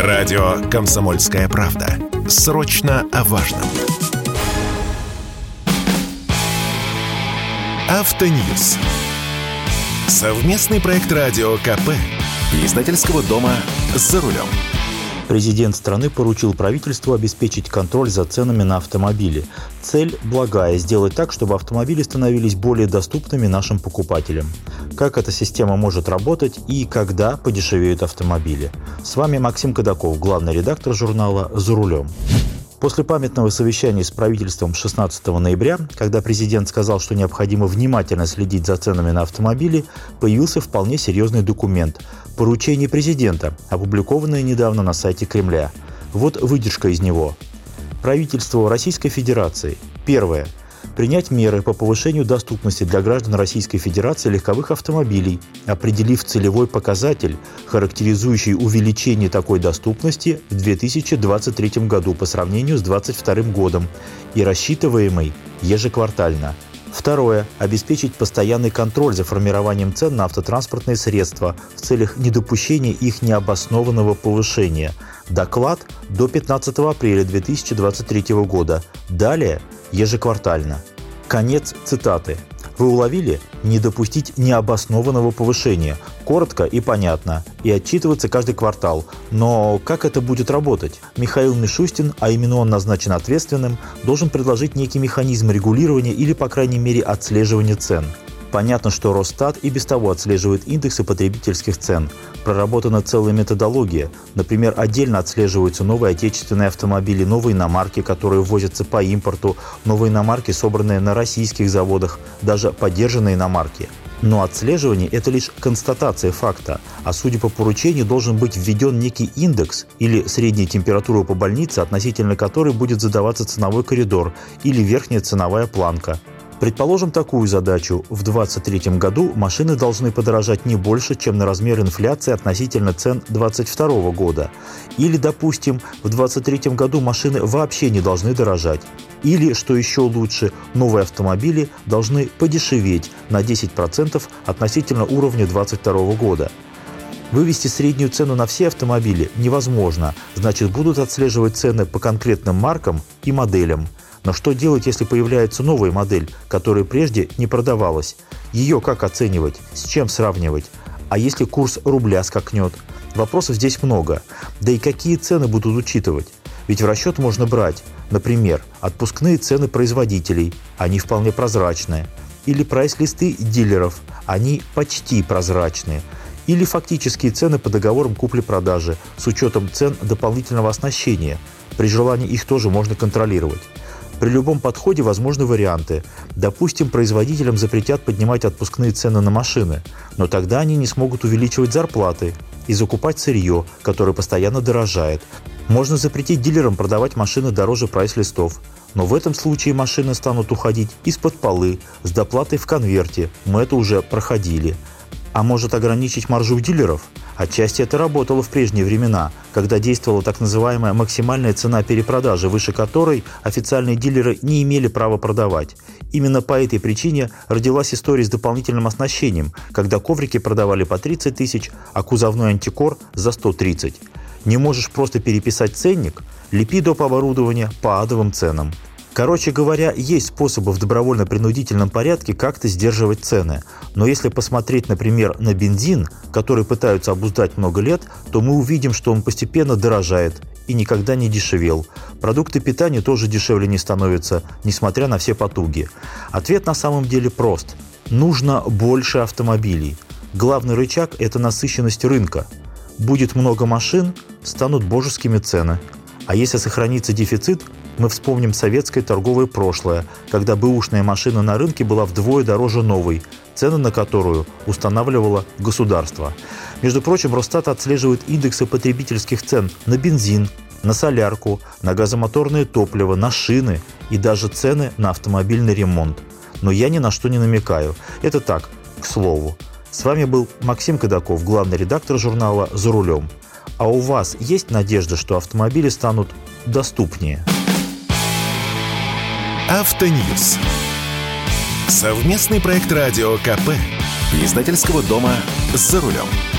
Радио «Комсомольская правда». Срочно о важном. Автоньюз. Совместный проект Радио КП. Издательского дома «За рулем». Президент страны поручил правительству обеспечить контроль за ценами на автомобили. Цель благая – сделать так, чтобы автомобили становились более доступными нашим покупателям. Как эта система может работать и когда подешевеют автомобили? С вами Максим Кадаков, главный редактор журнала «За рулем». После памятного совещания с правительством 16 ноября, когда президент сказал, что необходимо внимательно следить за ценами на автомобили, появился вполне серьезный документ – поручение президента, опубликованное недавно на сайте Кремля. Вот выдержка из него. Правительству Российской Федерации. Первое. Принять меры по повышению доступности для граждан Российской Федерации легковых автомобилей, определив целевой показатель, характеризующий увеличение такой доступности в 2023 году по сравнению с 2022 годом и рассчитываемый ежеквартально. Второе. Обеспечить постоянный контроль за формированием цен на автотранспортные средства в целях недопущения их необоснованного повышения. Доклад до 15 апреля 2023 года. Далее ежеквартально. Конец цитаты. Вы уловили? Не допустить необоснованного повышения. Коротко и понятно. И отчитываться каждый квартал. Но как это будет работать? Михаил Мишустин, а именно он назначен ответственным, должен предложить некий механизм регулирования или, по крайней мере, отслеживания цен. Понятно, что Росстат и без того отслеживает индексы потребительских цен. Проработана целая методология. Например, отдельно отслеживаются новые отечественные автомобили, новые иномарки, которые ввозятся по импорту, новые иномарки, собранные на российских заводах, даже подержанные иномарки. Но отслеживание – это лишь констатация факта, а судя по поручению должен быть введен некий индекс или средняя температура по больнице, относительно которой будет задаваться ценовой коридор или верхняя ценовая планка. Предположим такую задачу. В 2023 году машины должны подорожать не больше, чем на размер инфляции относительно цен 2022 года. Или, допустим, в 2023 году машины вообще не должны дорожать. Или, что еще лучше, новые автомобили должны подешеветь на 10% относительно уровня 2022 года. Вывести среднюю цену на все автомобили невозможно, значит, будут отслеживать цены по конкретным маркам и моделям. Но что делать, если появляется новая модель, которая прежде не продавалась? Ее как оценивать? С чем сравнивать? А если курс рубля скакнет? Вопросов здесь много. Да и какие цены будут учитывать? Ведь в расчет можно брать, например, отпускные цены производителей, они вполне прозрачные, или прайс-листы дилеров, они почти прозрачные, или фактические цены по договорам купли-продажи с учетом цен дополнительного оснащения. При желании их тоже можно контролировать. При любом подходе возможны варианты. Допустим, производителям запретят поднимать отпускные цены на машины, но тогда они не смогут увеличивать зарплаты и закупать сырье, которое постоянно дорожает. Можно запретить дилерам продавать машины дороже прайс-листов, но в этом случае машины станут уходить из-под полы с доплатой в конверте, мы это уже проходили. А может ограничить маржу дилеров? Отчасти это работало в прежние времена, когда действовала так называемая максимальная цена перепродажи, выше которой официальные дилеры не имели права продавать. Именно по этой причине родилась история с дополнительным оснащением, когда коврики продавали по 30 тысяч, а кузовной антикор за 130. Не можешь просто переписать ценник? Лепи доп. Оборудование по адовым ценам. Короче говоря, есть способы в добровольно-принудительном порядке как-то сдерживать цены. Но если посмотреть, например, на бензин, который пытаются обуздать много лет, то мы увидим, что он постепенно дорожает и никогда не дешевел. Продукты питания тоже дешевле не становятся, несмотря на все потуги. Ответ на самом деле прост. Нужно больше автомобилей. Главный рычаг – это насыщенность рынка. Будет много машин – станут божескими цены. А если сохранится дефицит, мы вспомним советское торговое прошлое, когда бэушная машина на рынке была вдвое дороже новой, цены на которую устанавливало государство. Между прочим, Росстат отслеживает индексы потребительских цен на бензин, на солярку, на газомоторное топливо, на шины и даже цены на автомобильный ремонт. Но я ни на что не намекаю. Это так, к слову. С вами был Максим Кадаков, главный редактор журнала «За рулем». А у вас есть надежда, что автомобили станут доступнее? Автоньюз. Совместный проект Радио КП. Издательского дома «За рулем».